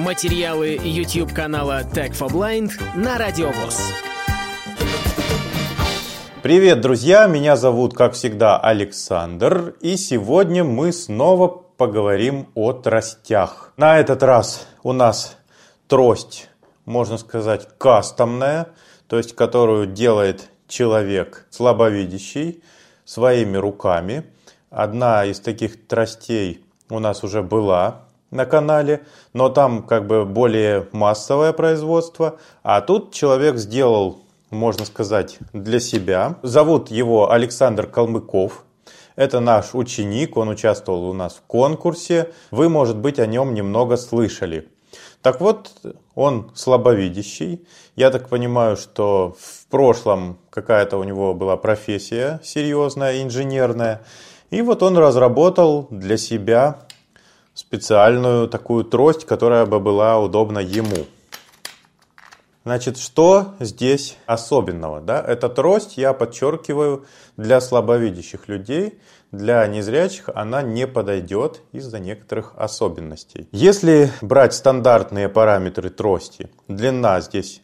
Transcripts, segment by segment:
Материалы YouTube-канала Tech for Blind на Радио ВОС. Привет, друзья! Меня зовут, как всегда, Александр. И сегодня мы снова поговорим о тростях. На этот раз у нас трость, можно сказать, кастомная, то есть которую делает человек слабовидящий своими руками. Одна из таких тростей у нас уже была на канале, но там как бы более массовое производство, а тут человек сделал, можно сказать, для себя. Зовут его Александр Калмыков. Это наш ученик, он участвовал у нас в конкурсе. Вы, может быть, о нем немного слышали. Так вот, он слабовидящий. Я так понимаю, что в прошлом какая-то у него была профессия серьезная, инженерная. И вот он разработал для себя специальную такую трость, которая бы была удобна ему. Значит, что здесь особенного? Да? Эта трость, я подчеркиваю, для слабовидящих людей, для незрячих она не подойдет из-за некоторых особенностей. Если брать стандартные параметры трости, длина здесь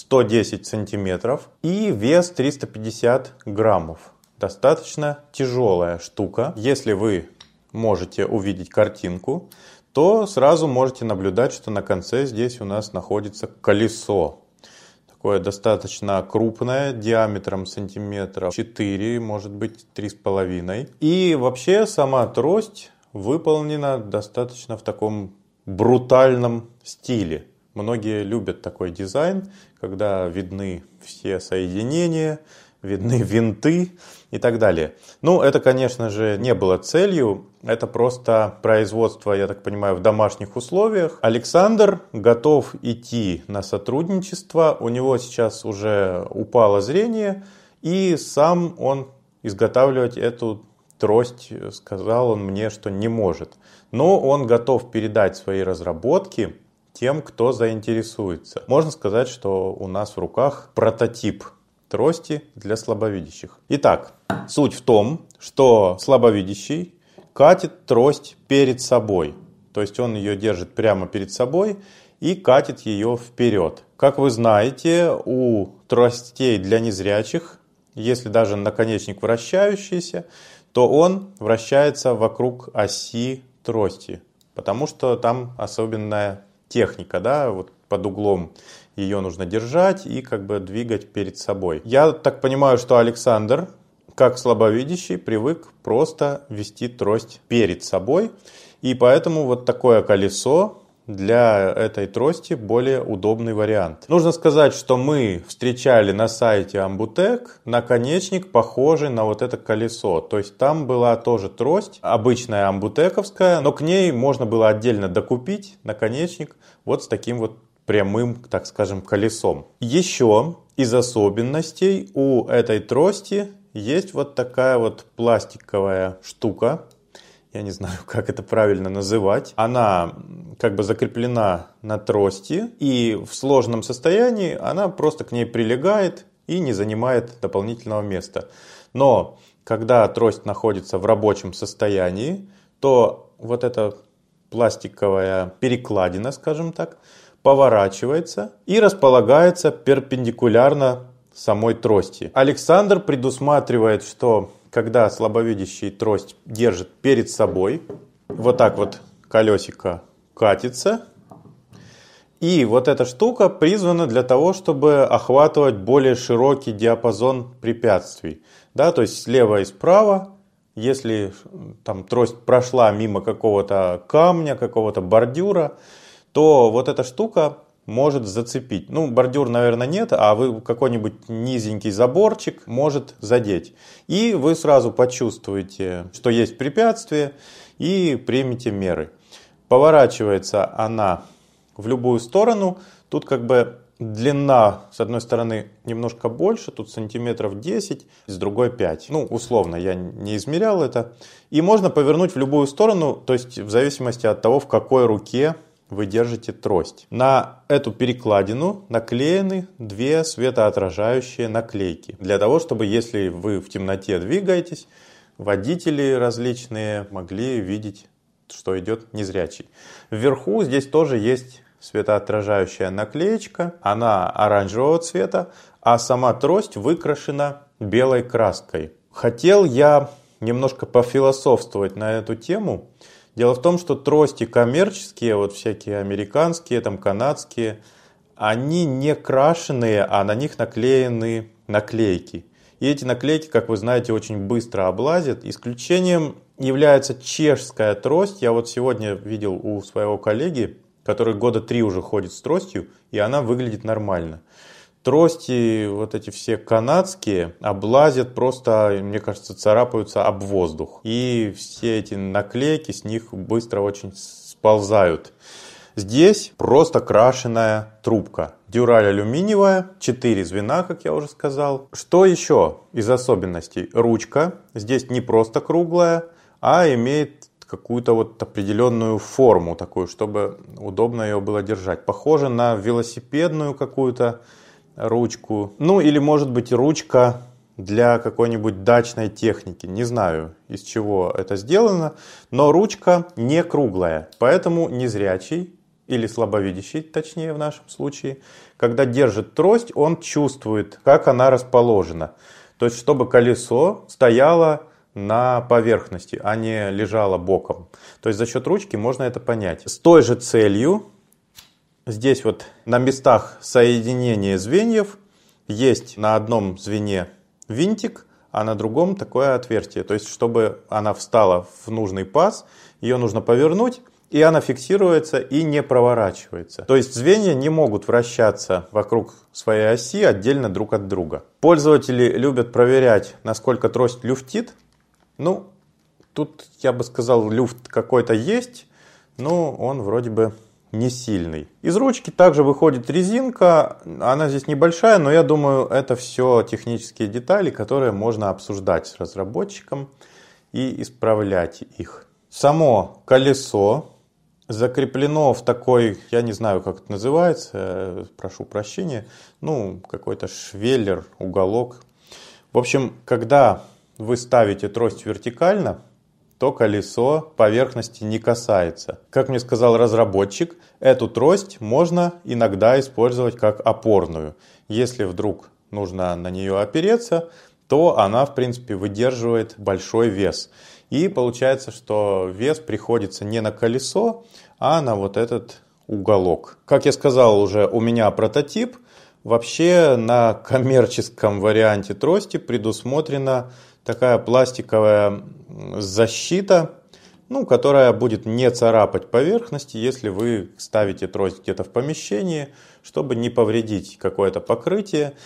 110 сантиметров и вес 350 граммов. Достаточно тяжелая штука. Если вы можете увидеть картинку, то сразу можете наблюдать, что на конце здесь у нас находится колесо. Такое достаточно крупное, диаметром сантиметров 4, может быть 3,5. И вообще сама трость выполнена достаточно в таком брутальном стиле. Многие любят такой дизайн, когда видны все соединения, видны винты и так далее. Ну, это, конечно же, не было целью. Это просто производство, я так понимаю, в домашних условиях. Александр готов идти на сотрудничество. У него сейчас уже упало зрение. И сам он изготавливать эту трость, сказал он мне, что не может. Но он готов передать свои разработки тем, кто заинтересуется. Можно сказать, что у нас в руках прототип трости для слабовидящих. Итак, суть в том, что слабовидящий катит трость перед собой. То есть он ее держит прямо перед собой и катит ее вперед. Как вы знаете, у тростей для незрячих, если даже наконечник вращающийся, то он вращается вокруг оси трости. Потому что там особенная техника, да, вот под углом ее нужно держать и как бы двигать перед собой. Я так понимаю, что Александр, как слабовидящий, привык просто вести трость перед собой. И поэтому вот такое колесо для этой трости более удобный вариант. Нужно сказать, что мы встречали на сайте Ambutek наконечник, похожий на вот это колесо. То есть там была тоже трость, обычная амбутековская, но к ней можно было отдельно докупить наконечник вот с таким вот прямым, так скажем, колесом. Еще из особенностей у этой трости есть вот такая вот пластиковая штука. Я не знаю, как это правильно называть. Она как бы закреплена на трости, и в сложном состоянии она просто к ней прилегает и не занимает дополнительного места. Но когда трость находится в рабочем состоянии, то вот эта пластиковая перекладина, скажем так, поворачивается и располагается перпендикулярно самой трости. Александр предусматривает, что когда слабовидящий трость держит перед собой, вот так вот колесико катится, и вот эта штука призвана для того, чтобы охватывать более широкий диапазон препятствий. Да, то есть слева и справа, если там трость прошла мимо какого-то камня, какого-то бордюра, то вот эта штука может зацепить. Ну, бордюр, наверное, нет, а вы какой-нибудь низенький заборчик может задеть. И вы сразу почувствуете, что есть препятствие, и примете меры. Поворачивается она в любую сторону. Тут как бы длина, с одной стороны, немножко больше, тут сантиметров 10, с другой 5. Ну, условно, я не измерял это. И можно повернуть в любую сторону, то есть в зависимости от того, в какой руке вы держите трость. На эту перекладину наклеены две светоотражающие наклейки. Для того, чтобы, если вы в темноте двигаетесь, водители различные могли видеть, что идет незрячий. Вверху здесь тоже есть светоотражающая наклеечка, она оранжевого цвета, а сама трость выкрашена белой краской. Хотел я немножко пофилософствовать на эту тему. Дело в том, что трости коммерческие, вот всякие американские, там канадские, они не крашеные, а на них наклеены наклейки. И эти наклейки, как вы знаете, очень быстро облазят. Исключением является чешская трость. Я вот сегодня видел у своего коллеги, который года 3 уже ходит с тростью, и она выглядит нормально. Трости, вот эти все канадские, облазят просто, мне кажется, царапаются об воздух. И все эти наклейки с них быстро очень сползают. Здесь просто крашеная трубка. Дюраль алюминиевая, 4 звена, как я уже сказал. Что еще из особенностей? Ручка здесь не просто круглая, а имеет какую-то вот определенную форму такую, чтобы удобно ее было держать. Похоже на велосипедную какую-то ручку. Ну или может быть ручка для какой-нибудь дачной техники. Не знаю, из чего это сделано, но ручка не круглая. Поэтому незрячий или слабовидящий, точнее в нашем случае, когда держит трость, он чувствует, как она расположена. То есть, чтобы колесо стояло на поверхности, а не лежало боком. То есть, за счет ручки можно это понять. С той же целью, здесь вот на местах соединения звеньев есть на одном звене винтик, а на другом такое отверстие. То есть, чтобы она встала в нужный паз, ее нужно повернуть, и она фиксируется и не проворачивается. То есть звенья не могут вращаться вокруг своей оси отдельно друг от друга. Пользователи любят проверять, насколько трость люфтит. Ну, тут я бы сказал, люфт какой-то есть, но он вроде бы не сильный. Из ручки также выходит резинка. Она здесь небольшая, но я думаю, это все технические детали, которые можно обсуждать с разработчиком и исправлять их. Само колесо закреплено в такой, я не знаю, как это называется, прошу прощения, ну, какой-то швеллер, уголок. В общем, когда вы ставите трость вертикально, то колесо поверхности не касается. Как мне сказал разработчик, эту трость можно иногда использовать как опорную. Если вдруг нужно на нее опереться, то она, в принципе, выдерживает большой вес. И получается, что вес приходится не на колесо, а на вот этот уголок. Как я сказал уже, у меня прототип. Вообще на коммерческом варианте трости предусмотрена такая пластиковая защита, которая будет не царапать поверхности, если вы ставите трость где-то в помещении, чтобы не повредить какое-то покрытие.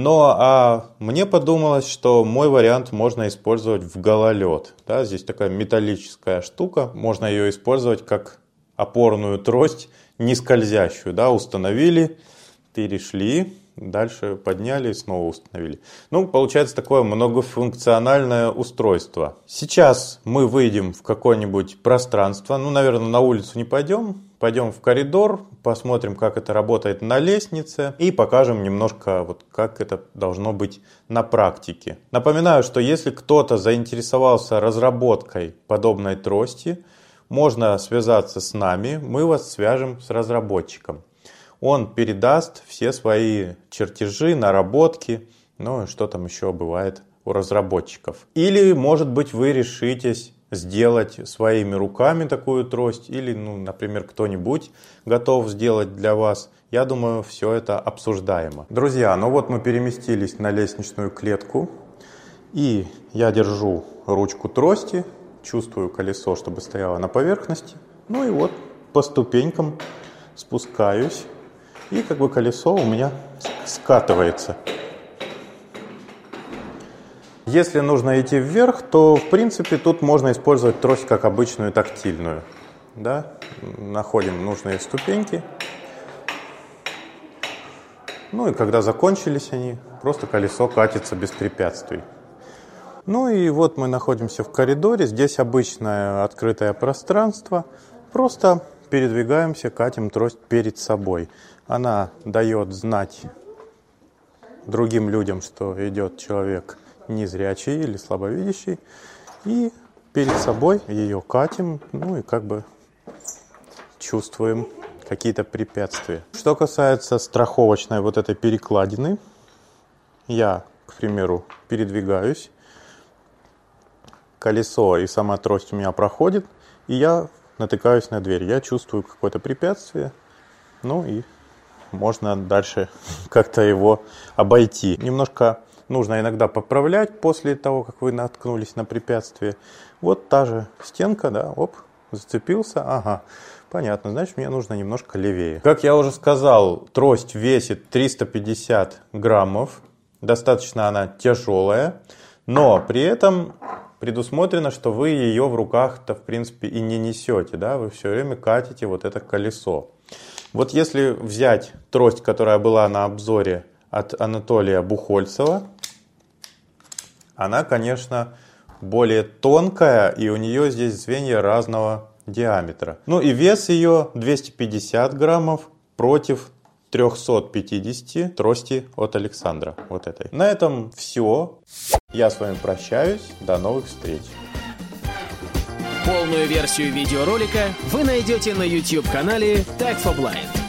Но мне подумалось, что мой вариант можно использовать в гололед. Да, здесь такая металлическая штука, можно ее использовать как опорную трость, не скользящую. Да, установили, перешли, дальше подняли и снова установили. Получается такое многофункциональное устройство. Сейчас мы выйдем в какое-нибудь пространство. Наверное, на улицу не пойдем. Пойдем в коридор, посмотрим, как это работает на лестнице и покажем немножко, как это должно быть на практике. Напоминаю, что если кто-то заинтересовался разработкой подобной трости, можно связаться с нами, мы вас свяжем с разработчиком. Он передаст все свои чертежи, наработки, и что там еще бывает у разработчиков. Или, может быть, вы решитесь сделать своими руками такую трость, или, например, кто-нибудь готов сделать для вас. Я думаю, все это обсуждаемо. Друзья, мы переместились на лестничную клетку, и я держу ручку трости, чувствую колесо, чтобы стояло на поверхности. И по ступенькам спускаюсь. И колесо у меня скатывается. Если нужно идти вверх, то в принципе тут можно использовать трость как обычную тактильную. Да? Находим нужные ступеньки. И когда закончились они, просто колесо катится без препятствий. И мы находимся в коридоре. Здесь обычное открытое пространство. Просто передвигаемся, катим трость перед собой. Она дает знать другим людям, что идет человек незрячий или слабовидящий. И перед собой ее катим, и чувствуем, какие-то препятствия. Что касается страховочной вот этой перекладины, я, к примеру, передвигаюсь, колесо и сама трость у меня проходит, и я натыкаюсь на дверь. Я чувствую какое-то препятствие, ну и можно дальше как-то его обойти. Немножко нужно иногда поправлять после того, как вы наткнулись на препятствие. Вот та же стенка, да, оп, зацепился, ага, понятно, значит мне нужно немножко левее. Как я уже сказал, трость весит 350 граммов, достаточно она тяжелая, но при этом предусмотрено, что вы ее в руках-то в принципе и не несете, да, вы все время катите вот это колесо. Вот если взять трость, которая была на обзоре от Анатолия Бухольцева, она, конечно, более тонкая, и у нее здесь звенья разного диаметра. Ну и вес ее 250 граммов против 350 трости от Александра, вот этой. На этом все. Я с вами прощаюсь. До новых встреч. Полную версию видеоролика вы найдете на YouTube-канале Tech4Blind.